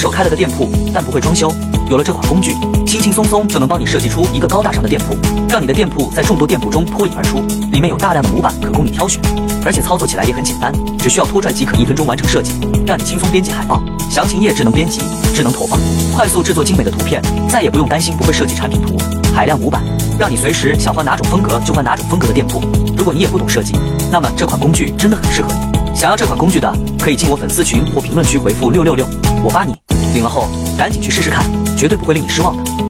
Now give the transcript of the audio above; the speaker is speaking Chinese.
手开了的店铺，但不会装修。有了这款工具，轻轻松松就能帮你设计出一个高大上的店铺，让你的店铺在众多店铺中脱颖而出。里面有大量的模板可供你挑选，而且操作起来也很简单，只需要拖拽即可，1分钟完成设计，让你轻松编辑海报、详情页，智能编辑、智能投放，快速制作精美的图片，再也不用担心不会设计产品图、海量模板，让你随时想换哪种风格就换哪种风格的店铺。如果你也不懂设计，那么这款工具真的很适合你。想要这款工具的，可以进我粉丝群或评论区回复666，我发你。领了后赶紧去试试看，绝对不会令你失望的。